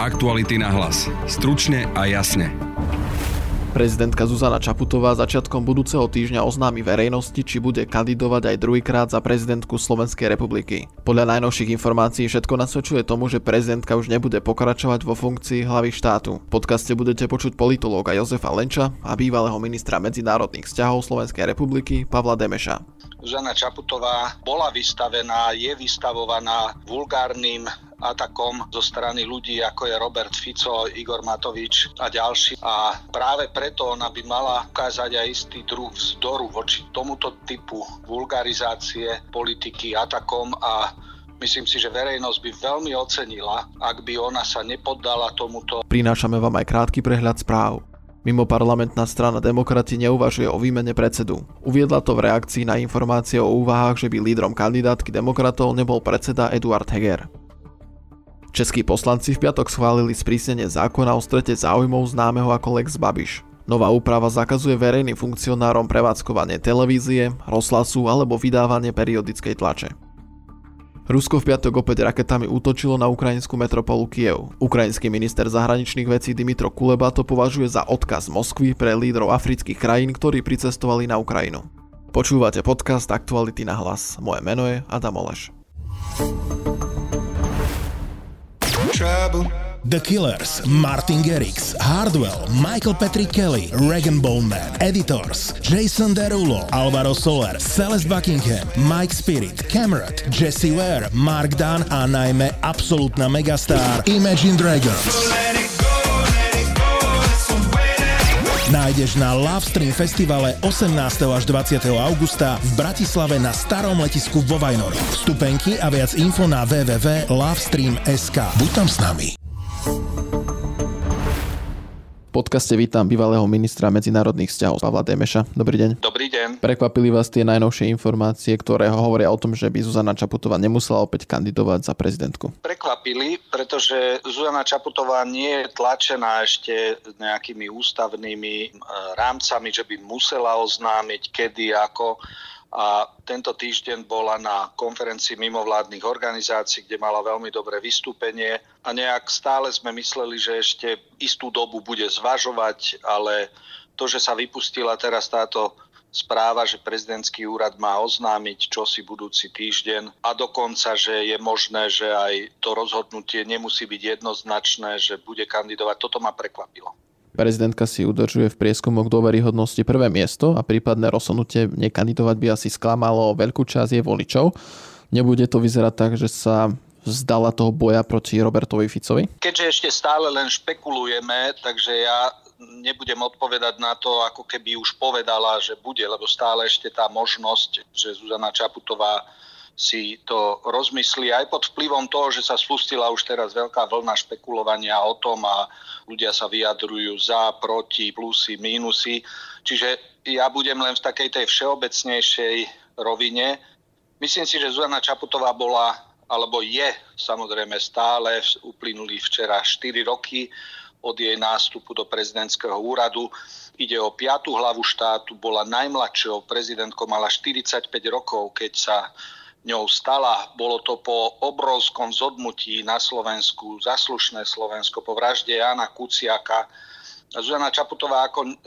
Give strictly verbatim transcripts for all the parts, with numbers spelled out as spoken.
Aktuality na hlas. Stručne a jasne. Prezidentka Zuzana Čaputová začiatkom budúceho týždňa oznámi verejnosti, či bude kandidovať aj druhýkrát za prezidentku Slovenskej republiky. Podľa najnovších informácií všetko nasvedčuje tomu, že prezidentka už nebude pokračovať vo funkcii hlavy štátu. V podcaste budete počuť politológa Jozefa Lenča a bývalého ministra medzinárodných vzťahov Slovenskej republiky Pavla Demeša. Zuzana Čaputová bola vystavená, je vystavovaná vulgárnym atakom zo strany ľudí, ako je Robert Fico, Igor Matovič a ďalší. A práve preto ona by mala ukázať aj istý druh vzdoru voči tomuto typu vulgarizácie politiky atakom a myslím si, že verejnosť by veľmi ocenila, ak by ona sa nepoddala tomuto. Prinášame vám aj krátky prehľad správ. Mimoparlamentná strana Demokrati neuvažuje o výmene predsedu. Uviedla to v reakcii na informácie o úvahách, že by lídrom kandidátky demokratov nebol predseda Eduard Heger. Českí poslanci v piatok schválili sprísnenie zákona o strete záujmov známeho ako Lex Babiš. Nová úprava zakazuje verejným funkcionárom prevádzkovanie televízie, rozhlasu alebo vydávanie periodickej tlače. Rusko v piatok opäť raketami útočilo na ukrajinskú metropolu Kyjev. Ukrajinský minister zahraničných vecí Dmytro Kuleba to považuje za odkaz Moskvy pre lídrov afrických krajín, ktorí pricestovali na Ukrajinu. Počúvate podcast Aktuality na hlas. Moje meno je Adam Oleš. The Killers, Martin Garrix, Hardwell, Michael Patrick Kelly, Regan Bowman, Editors, Jason Derulo, Alvaro Soler, Celeste Buckingham, Mike Spirit, Cameron, Jesse Ware, Mark Dunn a najmä absolútna megastar Imagine Dragons. Nájdeš na Lovestream festivale osemnásteho až dvadsiateho augusta v Bratislave na starom letisku vo Vajnoroch. Vstupenky a viac info na w w w bodka lovestream bodka es ká. Buď tam s nami. V podcaste vítam bývalého ministra medzinárodných vzťahov Pavla Demeša. Dobrý deň. Dobrý deň. Prekvapili vás tie najnovšie informácie, ktoré hovoria o tom, že by Zuzana Čaputová nemusela opäť kandidovať za prezidentku? Prekvapili, pretože Zuzana Čaputová nie je tlačená ešte nejakými ústavnými rámcami, že by musela oznámiť kedy, ako. A tento týždeň bola na konferencii mimovládnych organizácií, kde mala veľmi dobré vystúpenie a nejak stále sme mysleli, že ešte istú dobu bude zvažovať, ale to, že sa vypustila teraz táto správa, že prezidentský úrad má oznámiť čosi budúci týždeň a dokonca, že je možné, že aj to rozhodnutie nemusí byť jednoznačné, že bude kandidovať, toto ma prekvapilo. Prezidentka si udržuje v prieskumoch dôveryhodnosti prvé miesto a prípadné rozhodnutie nekandidovať by asi sklamalo veľkú časť jej voličov. Nebude to vyzerať tak, že sa vzdala toho boja proti Robertovi Ficovi? Keďže ešte stále len špekulujeme, takže ja nebudem odpovedať na to, ako keby už povedala, že bude, lebo stále ešte tá možnosť, že Zuzana Čaputová si to rozmyslí aj pod vplyvom toho, že sa spustila už teraz veľká vlna špekulovania o tom a ľudia sa vyjadrujú za, proti, plusy, mínusy. Čiže ja budem len v takej tej všeobecnejšej rovine. Myslím si, že Zuzana Čaputová bola, alebo je samozrejme stále, uplynuli včera štyri roky od jej nástupu do prezidentského úradu. Ide o piatu hlavu štátu, bola najmladšou prezidentkou, mala štyridsaťpäť rokov, keď sa ňou stala. Bolo to po obrovskom zodmutí na Slovensku, zaslušné Slovensko, po vražde Jána Kuciaka. Zuzana Čaputová ako e,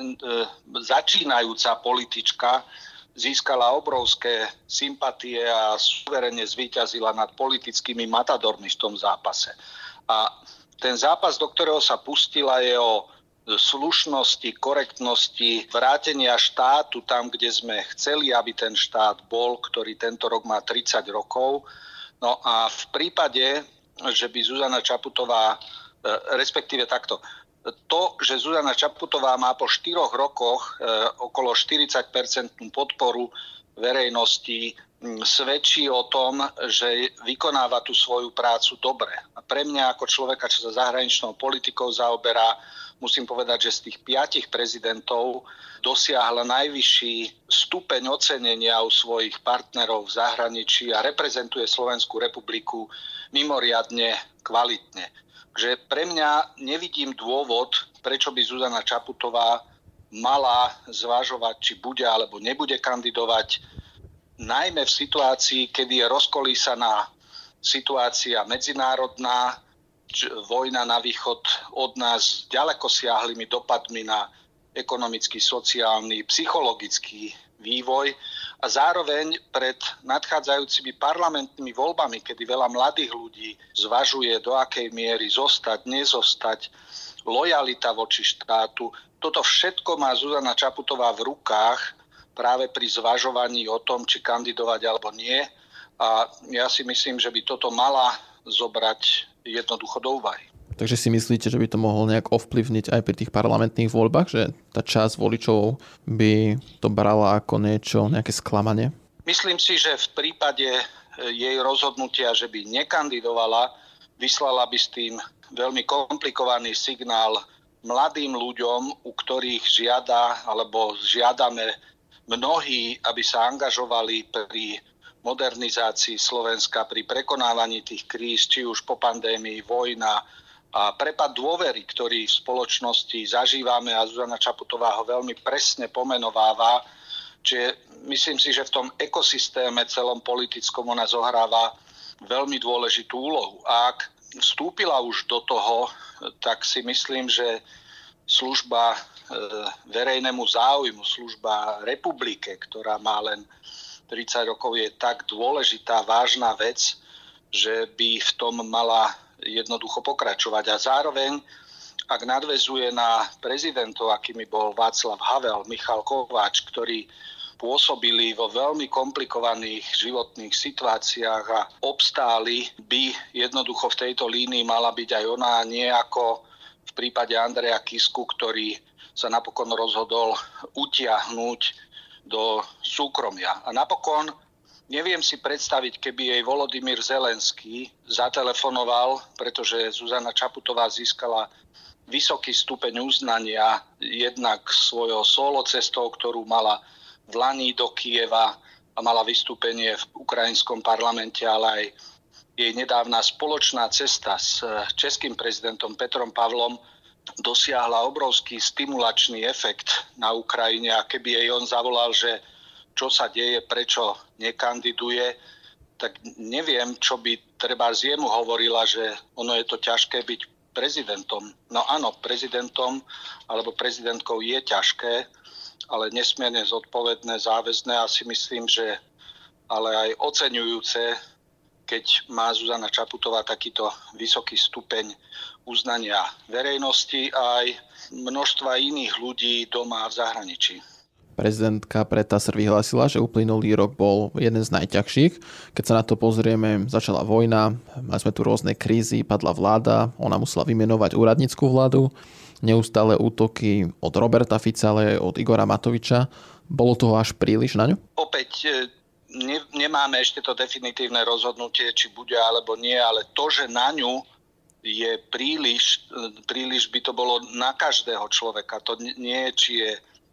začínajúca politička získala obrovské sympatie a suverene zvíťazila nad politickými matadormi v tom zápase. A ten zápas, do ktorého sa pustila, je o slušnosti, korektnosti, vrátenia štátu tam, kde sme chceli, aby ten štát bol, ktorý tento rok má tridsať rokov. No a v prípade, že by Zuzana Čaputová, respektíve takto, to, že Zuzana Čaputová má po štyroch rokoch okolo štyridsať percent podporu verejnosti, svedčí o tom, že vykonáva tú svoju prácu dobre. A pre mňa ako človeka, čo sa zahraničnou politikou zaoberá, musím povedať, že z tých piatich prezidentov dosiahla najvyšší stupeň ocenenia u svojich partnerov v zahraničí a reprezentuje Slovenskú republiku mimoriadne kvalitne. Takže pre mňa nevidím dôvod, prečo by Zuzana Čaputová mala zvažovať, či bude alebo nebude kandidovať, najmä v situácii, kedy je rozkolísaná situácia medzinárodná, vojna na východ od nás s ďaleko siahlými dopadmi na ekonomický, sociálny, psychologický vývoj a zároveň pred nadchádzajúcimi parlamentnými voľbami, kedy veľa mladých ľudí zvažuje, do akej miery zostať, nezostať, lojalita voči štátu. Toto všetko má Zuzana Čaputová v rukách práve pri zvažovaní o tom, či kandidovať alebo nie. A ja si myslím, že by toto mala zobrať jednoducho do úvahy. Takže si myslíte, že by to mohol nejak ovplyvniť aj pri tých parlamentných voľbách, že tá časť voličov by to brala ako niečo, nejaké sklamanie? Myslím si, že v prípade jej rozhodnutia, že by nekandidovala, vyslala by s tým veľmi komplikovaný signál mladým ľuďom, u ktorých žiada alebo žiadame mnohí, aby sa angažovali pri modernizácii Slovenska, pri prekonávaní tých kríz, či už po pandémii, vojna a prepad dôvery, ktorý v spoločnosti zažívame a Zuzana Čaputová ho veľmi presne pomenováva. Čiže myslím si, že v tom ekosystéme celom politickom ona zohráva veľmi dôležitú úlohu. A ak vstúpila už do toho, tak si myslím, že služba e, verejnému záujmu, služba republike, ktorá má len tridsať rokov, je tak dôležitá, vážna vec, že by v tom mala jednoducho pokračovať. A zároveň, ak nadväzuje na prezidentov, akými bol Václav Havel, Michal Kováč, ktorí pôsobili vo veľmi komplikovaných životných situáciách a obstáli, by jednoducho v tejto línii mala byť aj ona, nie ako v prípade Andreja Kisku, ktorý sa napokon rozhodol utiahnuť do súkromia. A napokon neviem si predstaviť, keby jej Volodymyr Zelenský zatelefonoval, pretože Zuzana Čaputová získala vysoký stupeň uznania jednak svojou solo cestou, ktorú mala v lani do Kyjeva a mala vystúpenie v ukrajinskom parlamente, ale aj jej nedávna spoločná cesta s českým prezidentom Petrom Pavlom dosiahla obrovský stimulačný efekt na Ukrajine a keby jej on zavolal, že čo sa deje, prečo nekandiduje, tak neviem, čo by treba z jemu hovorila, že ono je to ťažké byť prezidentom. No áno, prezidentom alebo prezidentkou je ťažké, ale nesmierne zodpovedné, záväzné a si myslím, že ale aj oceňujúce, keď má Zuzana Čaputová takýto vysoký stupeň uznania verejnosti a aj množstva iných ľudí doma a v zahraničí. Prezidentka pre TASR vyhlásila, že uplynulý rok bol jeden z najťažších. Keď sa na to pozrieme, začala vojna, mali sme tu rôzne krízy, padla vláda, ona musela vymenovať úradnícku vládu, neustále útoky od Roberta Fica, ale od Igora Matoviča. Bolo toho až príliš na ňu? Opäť ne, nemáme ešte to definitívne rozhodnutie, či bude alebo nie, ale to, že na ňu je príliš, príliš by to bolo na každého človeka. To nie je, či je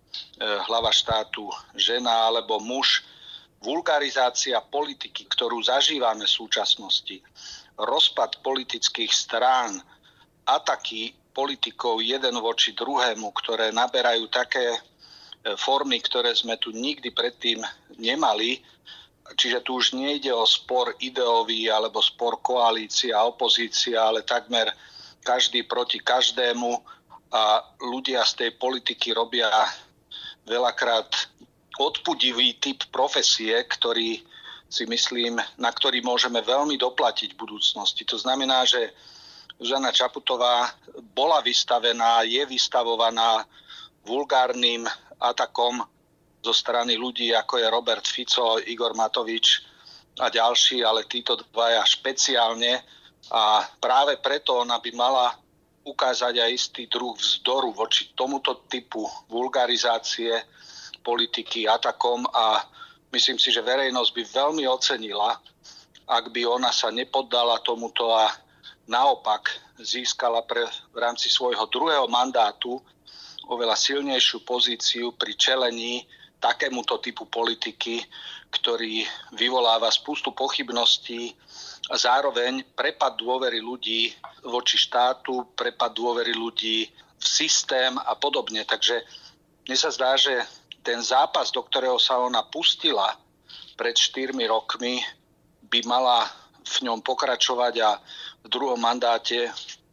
hlava štátu žena alebo muž. Vulgarizácia politiky, ktorú zažívame v súčasnosti, rozpad politických strán, ataky politikov jeden voči druhému, ktoré naberajú také formy, ktoré sme tu nikdy predtým nemali. Čiže tu už nejde o spor ideový alebo spor koalícia a opozícia, ale takmer každý proti každému a ľudia z tej politiky robia veľakrát odpudivý typ profesie, ktorý si myslím, na ktorý môžeme veľmi doplatiť v budúcnosti. To znamená, že Zuzana Čaputová bola vystavená, je vystavovaná vulgárnym atakom zo strany ľudí, ako je Robert Fico, Igor Matovič a ďalší, ale títo dvaja špeciálne. A práve preto ona by mala ukázať aj istý druh vzdoru voči tomuto typu vulgarizácie politiky, atakom a myslím si, že verejnosť by veľmi ocenila, ak by ona sa nepoddala tomuto a naopak získala pre, v rámci svojho druhého mandátu oveľa silnejšiu pozíciu pri čelení takémuto typu politiky, ktorý vyvoláva spustu pochybností a zároveň prepad dôvery ľudí voči štátu, prepad dôvery ľudí v systém a podobne. Takže mne sa zdá, že ten zápas, do ktorého sa ona pustila pred štyrmi rokmi, by mala v ňom pokračovať a v druhom mandáte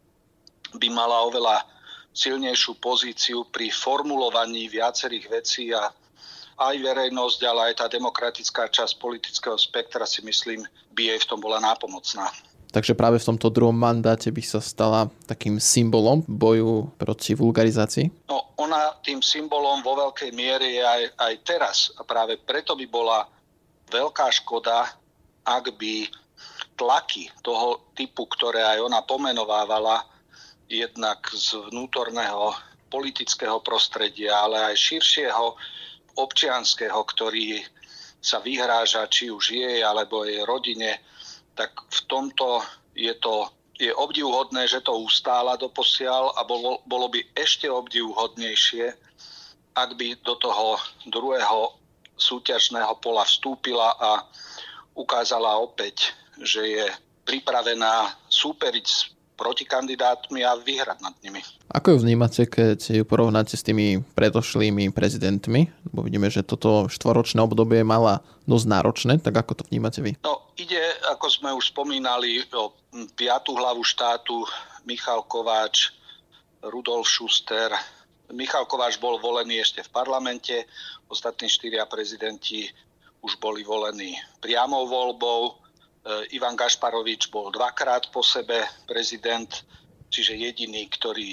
by mala oveľa silnejšiu pozíciu pri formulovaní viacerých vecí a aj verejnosť, ale aj tá demokratická časť politického spektra si myslím, by jej v tom bola nápomocná. Takže práve v tomto druhom mandáte by sa stala takým symbolom boju proti vulgarizácii? No, ona tým symbolom vo veľkej miere je aj, aj teraz. A práve preto by bola veľká škoda, ak by tlaky toho typu, ktoré aj ona pomenovávala, jednak z vnútorného politického prostredia, ale aj širšieho občianskeho, ktorý sa vyhráža či už jej alebo jej rodine, tak v tomto je to je obdivuhodné, že to ustála doposiaľ a bolo, bolo by ešte obdivuhodnejšie, ak by do toho druhého súťažného pola vstúpila a ukázala opäť, že je pripravená súperiť s protikandidátmi a vyhrať nad nimi. Ako ju vnímate, keď ju porovnáte s tými predošlými prezidentmi? Lebo vidíme, že toto štvoročné obdobie mala dosť náročné, tak ako to vnímate vy? No, ide, ako sme už spomínali, o piatú hlavu štátu Michal Kováč, Rudolf Schuster. Michal Kováč bol volený ešte v parlamente, ostatní štyria prezidenti už boli volení priamou voľbou. Ivan Gašparovič bol dvakrát po sebe prezident, čiže jediný, ktorý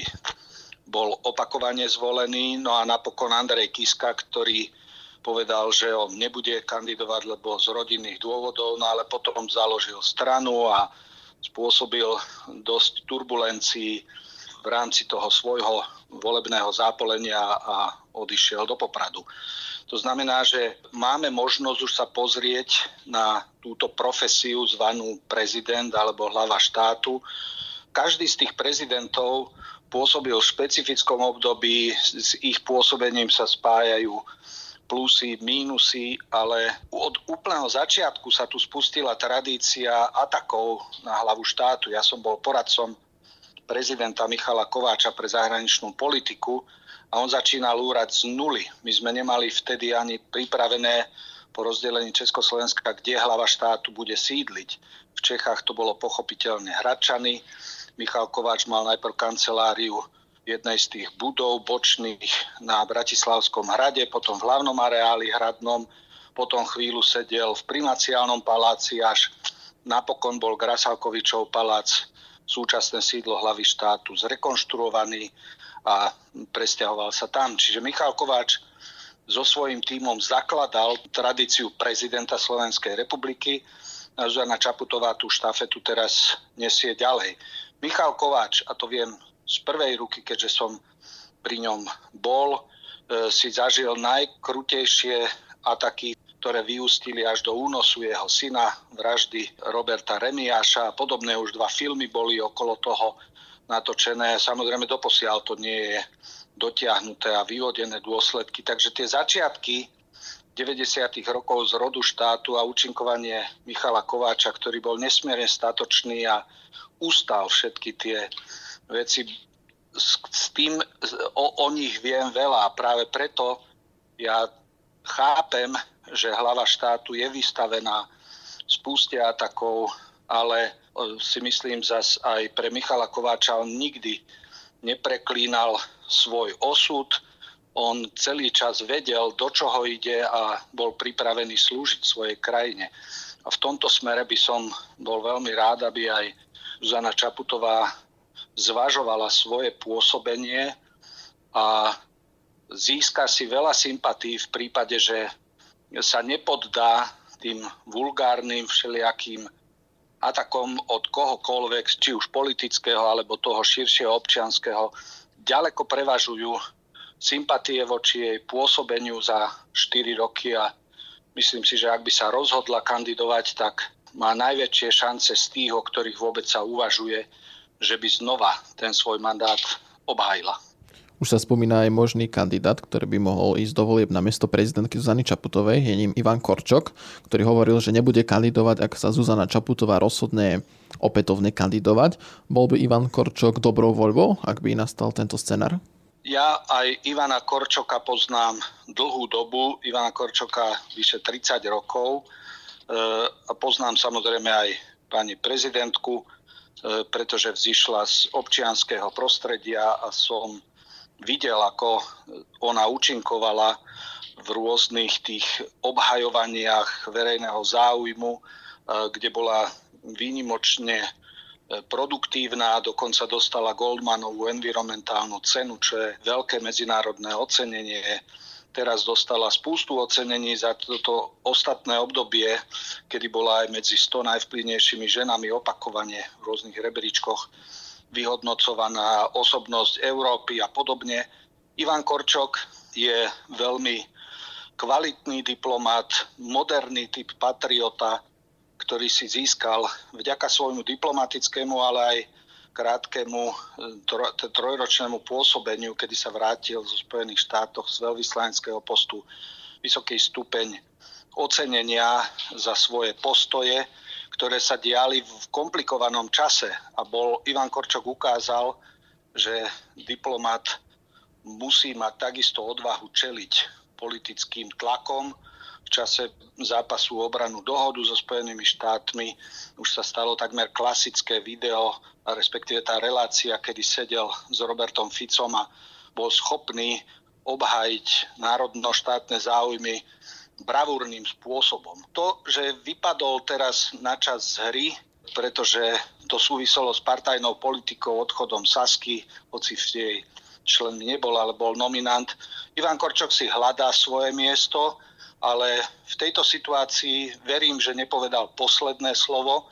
bol opakovane zvolený. No a napokon Andrej Kiska, ktorý povedal, že on nebude kandidovať, lebo z rodinných dôvodov, no ale potom založil stranu a spôsobil dosť turbulencií v rámci toho svojho volebného zápolenia a odišiel do Popradu. To znamená, že máme možnosť už sa pozrieť na túto profesiu zvanú prezident alebo hlava štátu. Každý z tých prezidentov pôsobil v špecifickom období, s ich pôsobením sa spájajú plusy, mínusy, ale od úplného začiatku sa tu spustila tradícia atakov na hlavu štátu. Ja som bol poradcom prezidenta Michala Kováča pre zahraničnú politiku a on začínal úrad z nuly. My sme nemali vtedy ani pripravené po rozdelení Československa, kde hlava štátu bude sídliť. V Čechách to bolo pochopiteľne Hradčany. Michal Kováč mal najprv kanceláriu jednej z tých budov bočných na Bratislavskom hrade, potom v hlavnom areáli hradnom, potom chvíľu sedel v primaciálnom paláci, až napokon bol Grasalkovičov palác, súčasné sídlo hlavy štátu, zrekonštruovaný a presťahoval sa tam. Čiže Michal Kováč so svojím tímom zakladal tradíciu prezidenta Slovenskej republiky a Zuzana Čaputová tú štafetu teraz nesie ďalej. Michal Kováč, a to viem z prvej ruky, keďže som pri ňom bol, si zažil najkrutejšie ataky, ktoré vyústili až do únosu jeho syna, vraždy Roberta Remiáša a podobné. Už dva filmy boli okolo toho natočené. Samozrejme doposiaľ to nie je dotiahnuté a vyvodené dôsledky. Takže tie začiatky deväťdesiatych rokov z rodu štátu a účinkovanie Michala Kováča, ktorý bol nesmierne statočný a ustal všetky tie veci, s, s tým o, o nich viem veľa. Práve preto ja chápem, že hlava štátu je vystavená spúste atakov, ale si myslím zas aj pre Michala Kováča on nikdy nepreklínal svoj osud. On celý čas vedel, do čoho ide a bol pripravený slúžiť svojej krajine. A v tomto smere by som bol veľmi rád, aby aj Zuzana Čaputová zvažovala svoje pôsobenie a získa si veľa sympatí v prípade, že sa nepoddá tým vulgárnym všelijakým atakom od kohokoľvek, či už politického alebo toho širšieho občianskeho. Ďaleko prevažujú sympatie voči jej pôsobeniu za štyri roky a myslím si, že ak by sa rozhodla kandidovať, tak má najväčšie šance z tých, o ktorých vôbec sa uvažuje, že by znova ten svoj mandát obhájila. Už sa spomína aj možný kandidát, ktorý by mohol ísť do volieb na miesto prezidentky Zuzany Čaputovej. Je ním Ivan Korčok, ktorý hovoril, že nebude kandidovať, ak sa Zuzana Čaputová rozhodne opätovne kandidovať. Bol by Ivan Korčok dobrou voľbou, ak by nastal tento scenár? Ja aj Ivana Korčoka poznám dlhú dobu. Ivana Korčoka vyše tridsať rokov. E, poznám samozrejme aj pani prezidentku pretože vzišla z občianskeho prostredia a som videl, ako ona účinkovala v rôznych tých obhajovaniach verejného záujmu, kde bola výnimočne produktívna, dokonca dostala Goldmanovú environmentálnu cenu, čo je veľké medzinárodné ocenenie. Teraz dostala spústu ocenení za toto ostatné obdobie, kedy bola aj medzi sto najvplyvnejšími ženami opakovane v rôznych rebríčkoch vyhodnocovaná osobnosť Európy a podobne. Ivan Korčok je veľmi kvalitný diplomat, moderný typ patriota, ktorý si získal vďaka svojmu diplomatickému, ale aj krátkemu trojročnému pôsobeniu, kedy sa vrátil zo Spojených štátoch z veľvyslaneckého postu, vysoký stupeň ocenenia za svoje postoje, ktoré sa diali v komplikovanom čase. A bol Ivan Korčok ukázal, že diplomat musí mať takisto odvahu čeliť politickým tlakom. V čase zápasu o obranu dohodu so Spojenými štátmi už sa stalo takmer klasické video, respektíve tá relácia, kedy sedel s Robertom Ficom a bol schopný obhájiť národno-štátne záujmy bravúrnym spôsobom. To, že vypadol teraz na čas z hry, pretože to súviselo s partajnou politikou, odchodom Sasky, hoci v jej člen nebol, ale bol nominant. Ivan Korčok si hľadá svoje miesto, ale v tejto situácii verím, že nepovedal posledné slovo,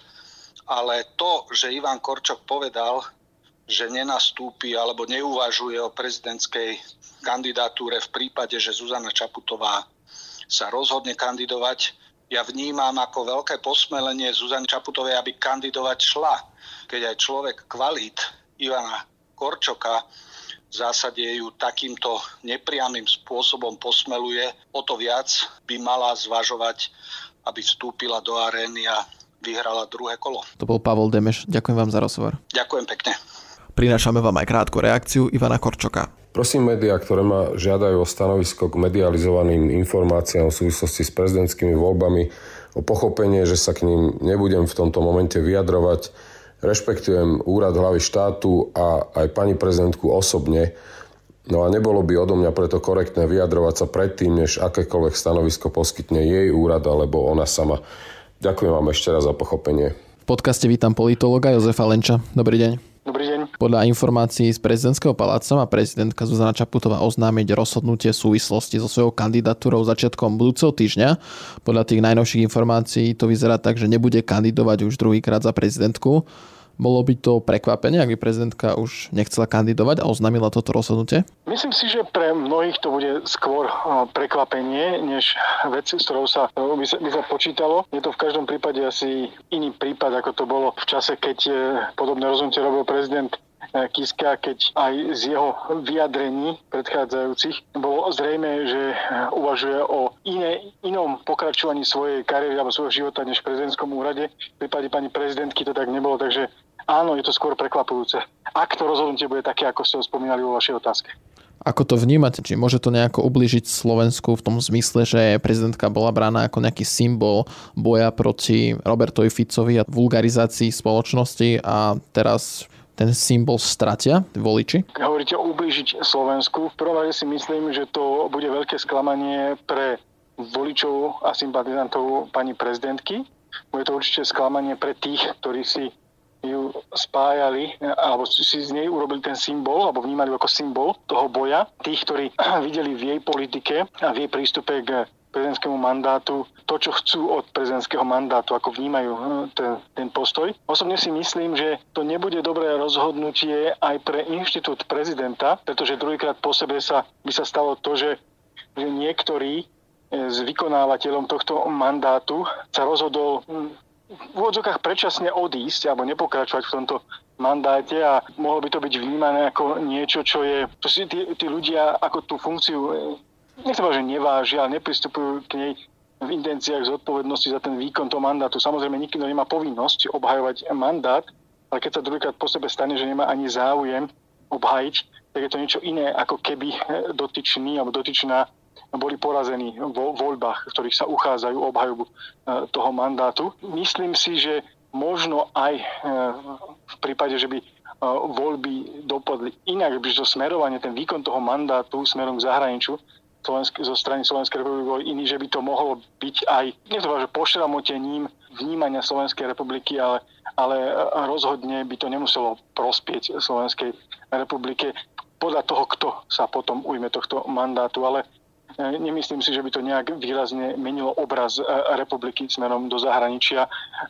ale to, že Ivan Korčok povedal, že nenastúpi alebo neuvažuje o prezidentskej kandidatúre v prípade, že Zuzana Čaputová sa rozhodne kandidovať, ja vnímam ako veľké posmelenie Zuzany Čaputovej, aby kandidovať šla. Keď aj človek kvalít Ivana Korčoka v zásade ju takýmto nepriamym spôsobom posmeluje, o to viac by mala zvažovať, aby vstúpila do arény a vyhrala druhé kolo. To bol Pavol Demeš. Ďakujem vám za rozhovor. Ďakujem pekne. Prinášame vám aj krátku reakciu Ivana Korčoka. Prosím médiá, ktoré ma žiadajú o stanovisko k medializovaným informáciám v súvislosti s prezidentskými voľbami, o pochopenie, že sa k ním nebudem v tomto momente vyjadrovať. Rešpektujem úrad hlavy štátu a aj pani prezidentku osobne, no a nebolo by odo mňa preto korektné vyjadrovať sa predtým, než akékoľvek stanovisko poskytne jej úrad alebo ona sama. Ďakujem vám ešte raz za pochopenie. V podcaste vítam politologa Jozefa Lenča. Dobrý deň. Dobrý deň. Podľa informácií z prezidentského paláca má prezidentka Zuzana Čaputová oznámiť rozhodnutie v súvislosti so svojou kandidatúrou začiatkom budúceho týždňa. Podľa tých najnovších informácií to vyzerá tak, že nebude kandidovať už druhýkrát za prezidentku. Bolo by to prekvapenie, ak by prezidentka už nechcela kandidovať a oznámila toto rozhodnutie? Myslím si, že pre mnohých to bude skôr prekvapenie, než vec, s ktorou sa by, sa by sa počítalo. Je to v každom prípade asi iný prípad, ako to bolo v čase, keď podobné rozhodnutie robil prezident Kiska, keď aj z jeho vyjadrení predchádzajúcich bolo zrejme, že uvažuje o iné, inom pokračovaní svojej kariéry alebo svojho života než v prezidentskom úrade. V prípade pani prezidentky to tak nebolo, takže áno, je to skôr prekvapujúce. Ak to rozhodnutie bude také, ako ste ho spomínali vo vašej otázke. Ako to vnímate? Či môže to nejako ublížiť Slovensku v tom zmysle, že prezidentka bola braná ako nejaký symbol boja proti Robertovi Ficovi a vulgarizácii spoločnosti a teraz ten symbol stratia voliči? Hovoríte o ublížiť Slovensku. V prvom rade si myslím, že to bude veľké sklamanie pre voličov a sympatizantov pani prezidentky. Bude to určite sklamanie pre tých, ktorí si ju spájali alebo si z nej urobili ten symbol alebo vnímali ako symbol toho boja. Tých, ktorí videli v jej politike a v jej prístupe k prezidentskému mandátu to, čo chcú od prezidentského mandátu, ako vnímajú ten, ten postoj. Osobne si myslím, že to nebude dobré rozhodnutie aj pre inštitút prezidenta, pretože druhýkrát po sebe sa, by sa stalo to, že, že niektorý z vykonávateľom tohto mandátu sa rozhodol v úvodzokách predčasne odísť alebo nepokračovať v tomto mandáte a mohlo by to byť vnímané ako niečo, čo je... To si tí, tí ľudia ako tú funkciu nechcem povedať, že nevážia, ale nepristupujú k nej v intenciách zodpovednosti za ten výkon toho mandátu. Samozrejme, nikto nemá povinnosť obhajovať mandát, ale keď sa druhýkrát po sebe stane, že nemá ani záujem obhajiť, tak je to niečo iné, ako keby dotyčný alebo dotyčná boli porazení vo voľbách, v ktorých sa uchádzajú o obhajobu toho mandátu. Myslím si, že možno aj v prípade, že by voľby dopadli inak, by to smerovanie, ten výkon toho mandátu smerom k zahraničiu Slovensk- zo strany Slovenskej republiky bol iný, že by to mohlo byť aj, netrvá, že pošramotením vnímania Slovenskej republiky, ale, ale rozhodne by to nemuselo prospieť Slovenskej republike podľa toho, kto sa potom ujme tohto mandátu, ale nemyslím si, že by to nejak výrazne menilo obraz republiky smerom do zahraničia.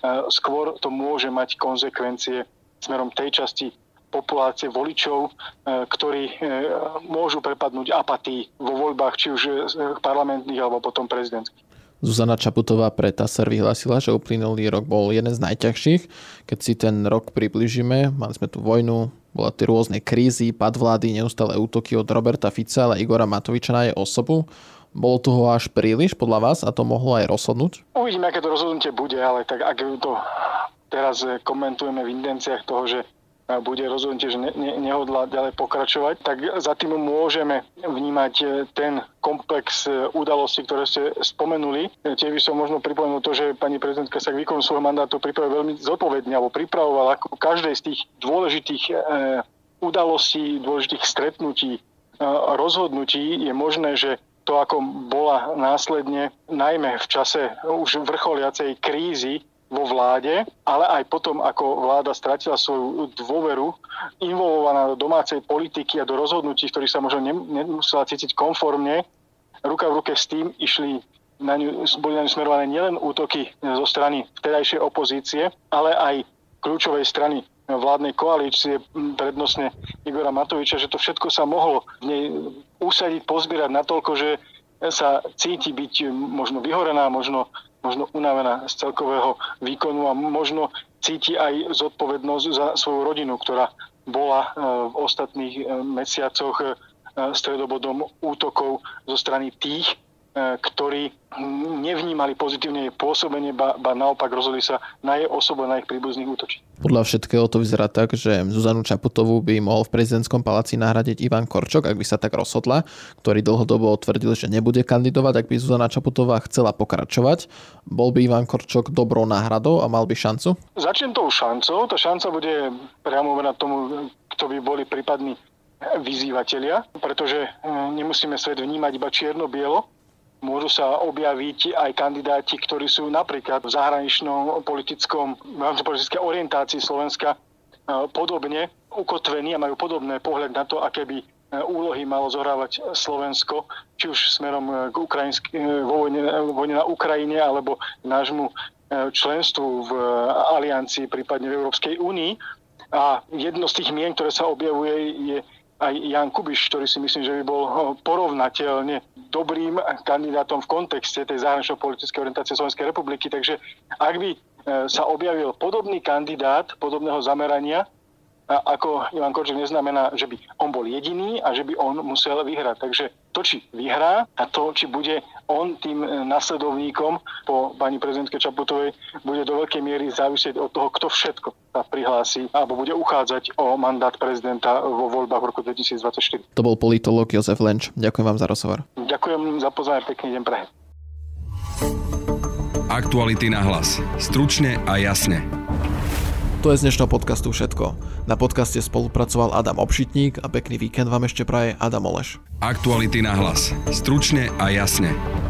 Skôr to môže mať konzekvencie smerom tej časti populácie voličov, ktorí môžu prepadnúť apatii vo voľbách, či už parlamentných alebo potom prezidentských. Zuzana Čaputová pre TASR vyhlásila, že uplynulý rok bol jeden z najťažších. Keď si ten rok približíme, mali sme tu vojnu, bola tie rôzne krízy, pad vlády, neustále útoky od Roberta Fica, ale Igora Matoviča na jej osobu. Bolo toho až príliš podľa vás a to mohlo aj rozhodnúť? Uvidíme, aké to rozhodnutie bude, ale tak ak to teraz komentujeme v intenciách toho, že bude rozhodnutie, že ne, ne, nehodlá ďalej pokračovať, tak za tým môžeme vnímať ten komplex udalostí, ktoré ste spomenuli. Tiež by som možno pripomenul to, že pani prezidentka sa k výkonu svojho mandátu pripravila veľmi zodpovedne, alebo pripravovala ako každej z tých dôležitých e, udalostí, dôležitých stretnutí, e, rozhodnutí je možné, že to, ako bola následne, najmä v čase už vrcholiacej krízy vo vláde, ale aj potom, ako vláda stratila svoju dôveru, involvovaná do domácej politiky a do rozhodnutí, v ktorých sa možno nemusela cítiť konformne, ruka v ruke s tým išli na ňu, boli na ňu smerované nielen útoky zo strany vtedajšej opozície, ale aj kľúčovej strany vládnej koalície, prednostne Igora Matoviča, že to všetko sa mohlo v nej usadiť, pozbierať natoľko, že sa cíti byť možno vyhorená, možno možno unavená z celkového výkonu a možno cíti aj zodpovednosť za svoju rodinu, ktorá bola v ostatných mesiacoch stredobodom útokov zo strany tých, ktorí nevnímali pozitívne jej pôsobenie, ba, ba naopak rozhodli sa na jej osobu, na ich príbuzných útočiť. Podľa všetkého to vyzerá tak, že Zuzanu Čaputovú by mohol v prezidentskom paláci nahradiť Ivan Korčok, ak by sa tak rozhodla, ktorý dlhodobo tvrdil, že nebude kandidovať, ak by Zuzana Čaputová chcela pokračovať. Bol by Ivan Korčok dobrou náhradou a mal by šancu? Začnem tou šancou. Tá šanca bude priamo na tomu, kto by boli prípadní vyzývatelia, pretože nemusíme svet vnímať iba čierno-bielo. Môžu sa objaviť aj kandidáti, ktorí sú napríklad v zahraničnom politickom, v politickej orientácii Slovenska podobne ukotvení a majú podobné pohľad na to, aké by úlohy malo zohrávať Slovensko, či už smerom k ukrajinsk- vo vojne, vojne na Ukrajine alebo k nášmu členstvu v aliancii, prípadne v Európskej únii. A jedno z tých mien, ktoré sa objavuje, je aj Jan Kubiš, ktorý si myslím, že by bol porovnateľne dobrým kandidátom v kontexte tej zahranično-politickej orientácie Slovenskej republiky. Takže ak by sa objavil podobný kandidát podobného zamerania, ako Ivan Korčok, neznamená, že by on bol jediný a že by on musel vyhrať. Takže to, či vyhrá a to, či bude on tým nasledovníkom po pani prezidentke Čaputovej, bude do veľkej miery závisieť od toho, kto všetko sa prihlási alebo bude uchádzať o mandát prezidenta vo voľbách v roku dvetisícdvadsaťštyri. To bol politológ Jozef Lenč. Ďakujem vám za rozhovor. Ďakujem za pozvanie, pekný deň prajem. Aktuality na hlas. Stručne a jasne. To je z dnešného podcastu všetko. Na podcaste spolupracoval Adam Obšitník a pekný víkend vám ešte praje Adam Oleš. Aktuality na hlas. Stručne a jasne.